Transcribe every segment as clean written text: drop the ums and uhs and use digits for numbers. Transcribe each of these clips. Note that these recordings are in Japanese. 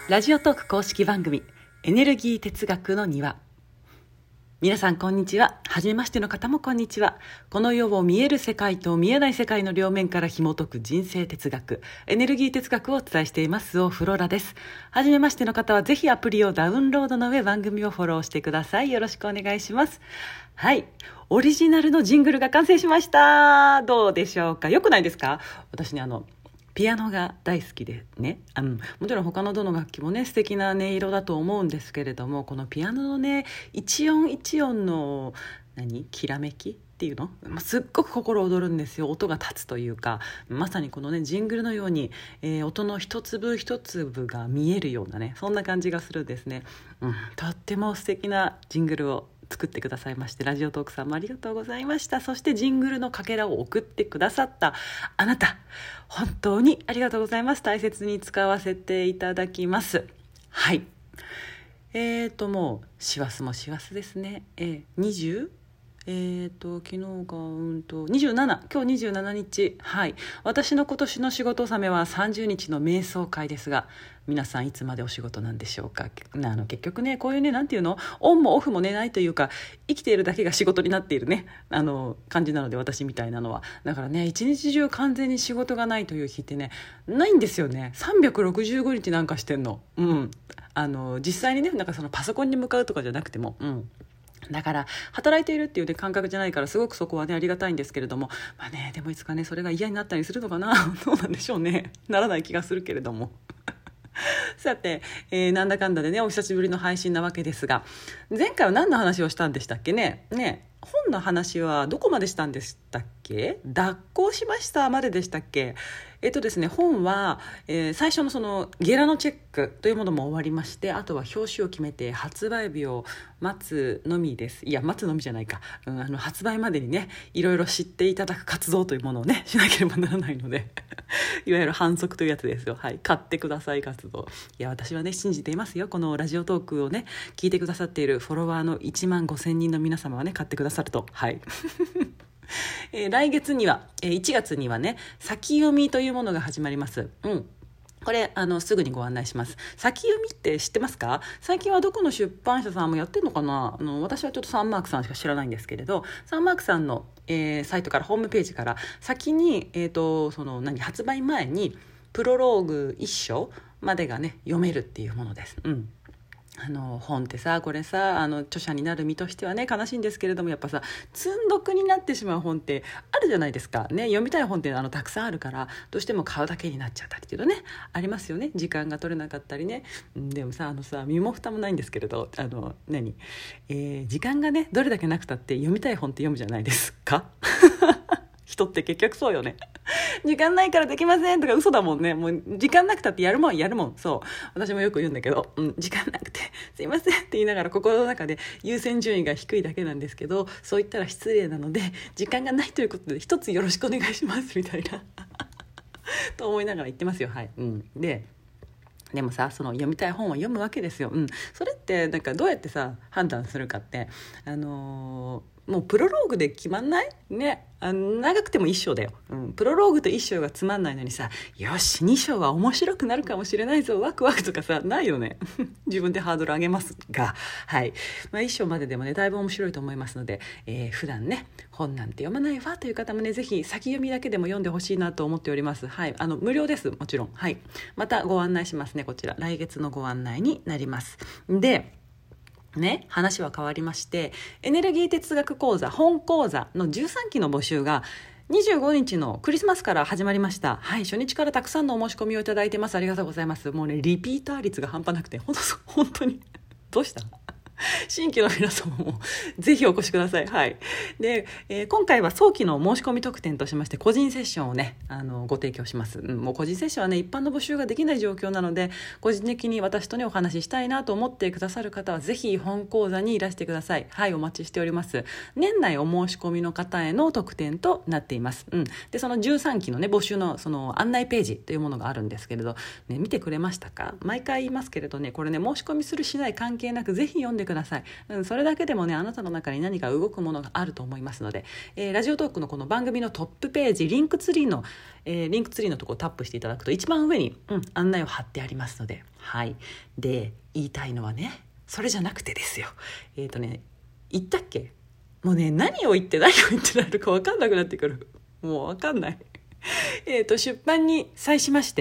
ラジオトーク公式番組エネルギー哲学の庭。皆さんこんにちは。はじめましての方もこんにちは。この世を見える世界と見えない世界の両面から紐解く人生哲学、エネルギー哲学をお伝えしていますオフロラです。はじめましての方はぜひアプリをダウンロードの上番組をフォローしてください。よろしくお願いします。はい、オリジナルのジングルが完成しました。どうでしょうか。よくないですか。私ねピアノが大好きでね、もちろん他のどの楽器もね素敵な音色だと思うんですけれども、このピアノのね一音一音のきらめきっていうの、すっごく心躍るんですよ。音が立つというか、まさにこのねジングルのように、音の一粒一粒が見えるようなね、そんな感じがするんですね。とっても素敵なジングルを作ってくださいまして、ラジオトークさんもありがとうございました。そしてジングルのかけらを送ってくださったあなた、本当にありがとうございます。大切に使わせていただきます。はい、もう師走も師走ですね。20昨日が27、今日27日。はい、私の今年の仕事納めは30日の瞑想会ですが、皆さんいつまでお仕事なんでしょうか。結局ね、こういうね、なんていうの、オンもオフも寝ないというか、生きているだけが仕事になっているね感じなので、私みたいなのは。だからね、一日中完全に仕事がないという日ってね、ないんですよね。365日なんかしてんの。実際にね、そのパソコンに向かうとかじゃなくても、だから働いているっていう、ね、感覚じゃないから、すごくそこはねありがたいんですけれども、でもいつかねそれが嫌になったりするのかなどうなんでしょうね。ならない気がするけれどもさて、なんだかんだでねお久しぶりの配信なわけですが、前回は何の話をしたんでしたっけね。本の話はどこまでしたんでしたっけ。脱稿しましたまででしたっけ。ですね、本は、最初のそのゲラのチェックというものも終わりまして、あとは表紙を決めて発売日を待つのみです。いや、待つのみじゃないか、発売までにねいろいろ知っていただく活動というものをねしなければならないのでいわゆる反則というやつですよ。はい、買ってください活動。いや、私はね信じていますよ。このラジオトークをね聞いてくださっているフォロワーの1万5千人の皆様はね買ってくださると。はい来月には、1月にはね先読みというものが始まります。これすぐにご案内します。先読みって知ってますか。最近はどこの出版社さんもやってるのかな。私はちょっとサンマークさんしか知らないんですけれど、サンマークさんの、サイトから、ホームページから先に、発売前にプロローグ1章までがね読めるっていうものです。本ってさ、これさ著者になる身としてはね悲しいんですけれども、やっぱさ積んどくになってしまう本ってあるじゃないですかね。読みたい本ってたくさんあるから、どうしても買うだけになっちゃったりっていうのねありますよね。時間が取れなかったりね。でもさ身も蓋もないんですけれど、時間がねどれだけなくたって読みたい本って読むじゃないですか人って結局そうよね。時間ないからできませんとか嘘だもんね。もう時間なくたってやるもん。そう私もよく言うんだけど、時間なくてすいませんって言いながら心の中で優先順位が低いだけなんですけど、そう言ったら失礼なので時間がないということで一つよろしくお願いしますみたいなと思いながら言ってますよ。はい、でもさ、その読みたい本は読むわけですよ。それってどうやってさ判断するかって、もうプロローグで決まんないね。長くても1章だよ。プロローグと1章がつまんないのにさ、よし2章は面白くなるかもしれないぞワクワクとかさないよね自分でハードル上げますが、はい、1章まででもねだいぶ面白いと思いますので、普段ね本なんて読まないわという方もねぜひ先読みだけでも読んでほしいなと思っております。はい、無料です、もちろん。はい、またご案内しますね。こちら来月のご案内になります。で話は変わりまして、エネルギー哲学講座本講座の13期の募集が25日のクリスマスから始まりました。はい、初日からたくさんのお申し込みをいただいてます。ありがとうございます。もうねリピーター率が半端なくて本当にどうした新規の皆様もぜひお越しください。はい。で、今回は早期の申し込み特典としまして個人セッションをねご提供します。もう個人セッションはね一般の募集ができない状況なので、個人的に私とねお話ししたいなと思ってくださる方はぜひ本講座にいらしてください。はい、お待ちしております。年内お申し込みの方への特典となっています。でその13期のね募集のその案内ページというものがあるんですけれど、見てくれましたか。毎回言いますけれどね、これね申し込みするしない関係なくぜひ読んでください。それだけでもね、あなたの中に何か動くものがあると思いますので、ラジオトークのこの番組のトップページ、リンクツリーのところをタップしていただくと一番上に、案内を貼ってありますので、はい。で、言いたいのはね、それじゃなくてですよ。言ったっけ？もうね、何を言ってなるか分かんなくなってくる。もう分かんない。出版に際しまして、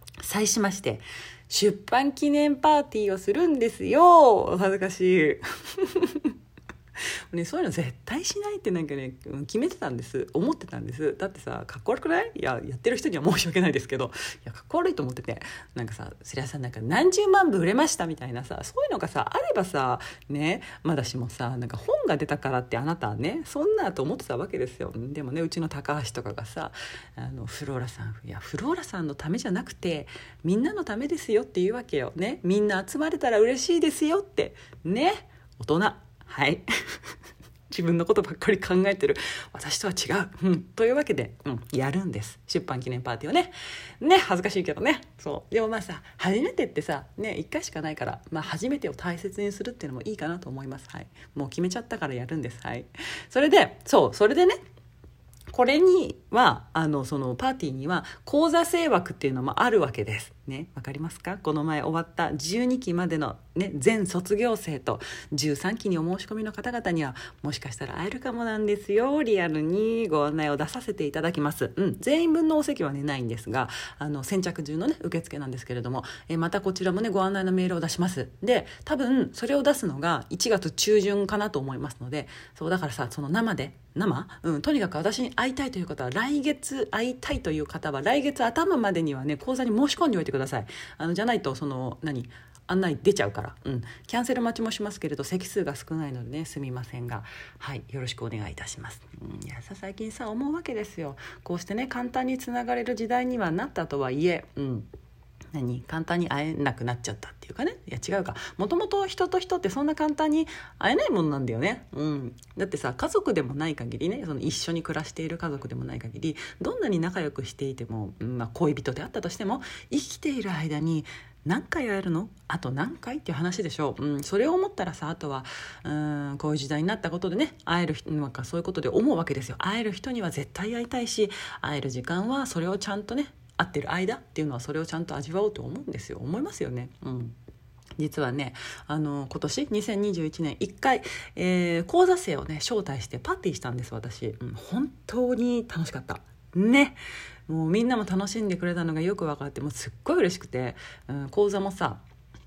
出版記念パーティーをするんですよ。恥ずかしい。ね、そういうの絶対しないってなんかね、決めてたんです。思ってたんです。だってさ、かっこ悪くない？いや、やってる人には申し訳ないですけど、いや、かっこ悪いと思ってて、なんかさ、そりゃさ、なんか何十万部売れましたみたいなさ、そういうのがさ、あればさ、ね、まだしもさ、なんか本が出たからってあなたはね、そんなと思ってたわけですよ。でもね、うちの高橋とかがさ、フローラさん、いや、フローラさんのためじゃなくて、みんなのためですよっていうわけよ。ね、みんな集まれたら嬉しいですよって。ね、大人。はい。自分のことばっかり考えてる私とは違う、というわけで、やるんです。出版記念パーティーをね。恥ずかしいけどね。そうでもまあさ、初めてってさね、1回しかないから、初めてを大切にするっていうのもいいかなと思います。はい。もう決めちゃったからやるんです。はい。それでね、これにはそのパーティーには講座生枠っていうのもあるわけですね。わかりますか？この前終わった12期までのね、全卒業生と13期にお申し込みの方々にはもしかしたら会えるかもなんですよ。リアルにご案内を出させていただきます。全員分のお席はねないんですが、先着順のね受付なんですけれども、またこちらもねご案内のメールを出します。で、多分それを出すのが1月中旬かなと思いますので、そうだからさ、そのとにかく私に会いたいという方は、来月会いたいという方は来月頭までにはね講座に申し込んでおいてください。じゃないと案内出ちゃうから、キャンセル待ちもしますけれど、席数が少ないのでね、すみませんが、はい、よろしくお願いいたします。いやさ、最近さ思うわけですよ。こうしてね簡単につながれる時代にはなったとはいえ、簡単に会えなくなっちゃったっていうかね。いや違うか、もともと人と人ってそんな簡単に会えないもんなんだよね。だってさ、家族でもない限りね、その一緒に暮らしている家族でもない限り、どんなに仲良くしていても、恋人であったとしても、生きている間に何回会えるの？あと何回っていう話でしょう。それを思ったらさ、あとはこういう時代になったことでね、会える人なんかそういうことで思うわけですよ。会える人には絶対会いたいし、会える時間はそれをちゃんとね、会ってる間っていうのはそれをちゃんと味わおうと思うんですよ。思いますよね。実はね、今年2021年1回、講座生をね招待してパーティーしたんです、私。本当に楽しかったね。もうみんなも楽しんでくれたのがよく分かって、もうすっごい嬉しくて、講座もさ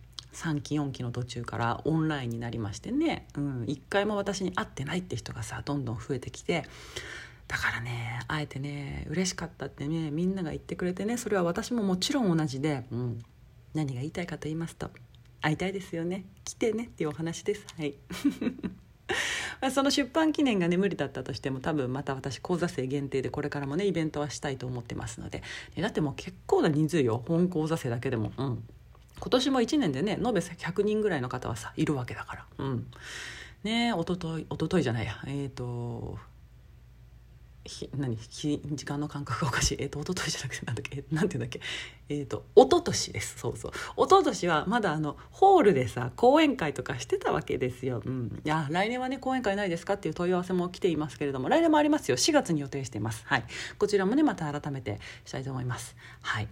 3期4期の途中からオンラインになりましてね、1回も私に会ってないって人がさどんどん増えてきて、だからね、会えてね嬉しかったってね、みんなが言ってくれてね、それは私ももちろん同じで、何が言いたいかと言いますと、会いたいですよね、来てねっていうお話です。はいその出版記念がね無理だったとしても、多分また私講座生限定でこれからもねイベントはしたいと思ってますので、だってもう結構な人数よ、本講座生だけでも。今年も1年でね延べ100人ぐらいの方はさいるわけだから。ね、おとといじゃないや、時間の感覚がおかしい。一昨日じゃなくてなんていうんだっけ、一昨年です。そう一昨年はまだホールでさ講演会とかしてたわけですよ。いや来年はね講演会ないですかっていう問い合わせも来ていますけれども、来年もありますよ。4月に予定しています。はい、こちらもねまた改めてしたいと思います。はい、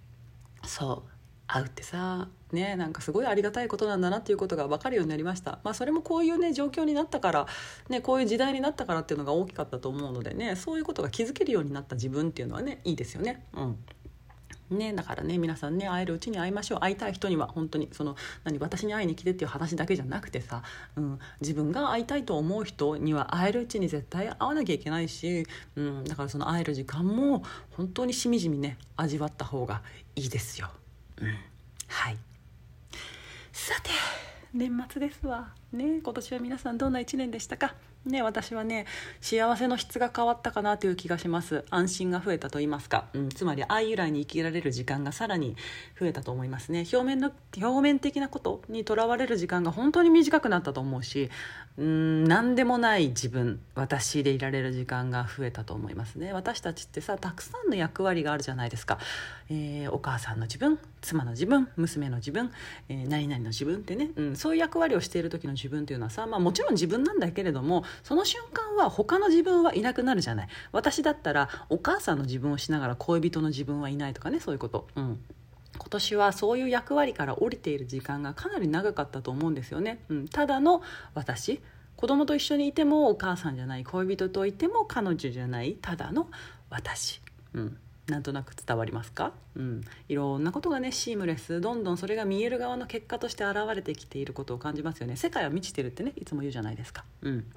会うってさね、なんかすごいありがたいことなんだなっていうことが分かるようになりました。それもこういうね状況になったからね、こういう時代になったからっていうのが大きかったと思うのでね、そういうことが気づけるようになった自分っていうのはねいいですよね。だからね、皆さんね会えるうちに会いましょう。会いたい人には本当に私に会いに来てっていう話だけじゃなくてさ、自分が会いたいと思う人には会えるうちに絶対会わなきゃいけないし、だからその会える時間も本当にしみじみね味わった方がいいですよ。はい、さて年末ですわね。今年は皆さんどんな1年でしたか？ 私はね、幸せの質が変わったかなという気がします。安心が増えたと言いますか、つまり愛由来に生きられる時間がさらに増えたと思いますね。表面的なことにとらわれる時間が本当に短くなったと思うし、何でもない自分、私でいられる時間が増えたと思いますね。私たちってさ、たくさんの役割があるじゃないですか。お母さんの自分、妻の自分、娘の自分、何々の自分ってね、そういう役割をしている時の自分っていうのはさ、もちろん自分なんだけれども、その瞬間は他の自分はいなくなるじゃない。私だったらお母さんの自分をしながら恋人の自分はいないとかね、そういうこと、今年はそういう役割から降りている時間がかなり長かったと思うんですよね。ただの私、子供と一緒にいてもお母さんじゃない、恋人といても彼女じゃない、ただの私、なんとなく伝わりますか？いろんなことがね、シームレス、どんどんそれが見える側の結果として現れてきていることを感じますよね。世界は満ちてるってね、いつも言うじゃないですか。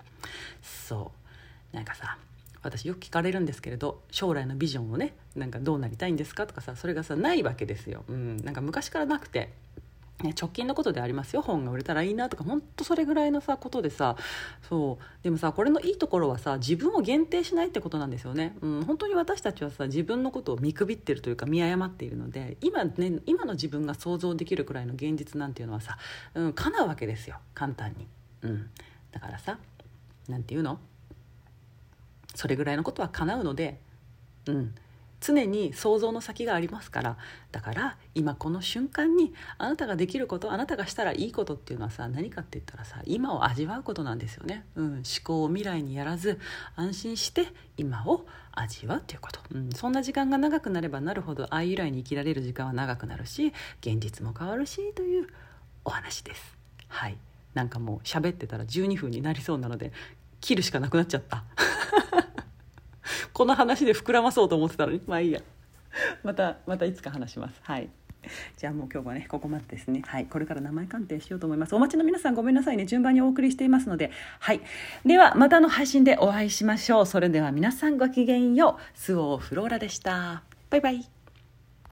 そうなんかさ、私よく聞かれるんですけれど、将来のビジョンをね、なんかどうなりたいんですかとかさ、それがさないわけですよ。なんか昔からなくて、直近のことでありますよ。本が売れたらいいなとか、本当それぐらいのさことでさ、でもさ、これのいいところはさ、自分を限定しないってことなんですよね。本当に私たちはさ、自分のことを見くびってるというか見誤っているので、今の自分が想像できるくらいの現実なんていうのはさ、叶うわけですよ、簡単に。だからさ、なんていうの、それぐらいのことは叶うので、常に想像の先がありますから。だから今この瞬間にあなたができること、あなたがしたらいいことっていうのはさ、何かって言ったらさ、今を味わうことなんですよね。思考を未来にやらず、安心して今を味わうっていうこと、そんな時間が長くなればなるほど、愛由来に生きられる時間は長くなるし、現実も変わるしというお話です。なんかもう喋ってたら12分になりそうなので切るしかなくなっちゃったこの話で膨らまそうと思ってたのに、まあいいや、またいつか話します。じゃあもう今日はね、ここまでですね。これから名前鑑定しようと思います。お待ちの皆さん、ごめんなさいね、順番にお送りしていますので。ではまたの配信でお会いしましょう。それでは皆さん、ごきげんよう。スオフローラでした。バイバイ。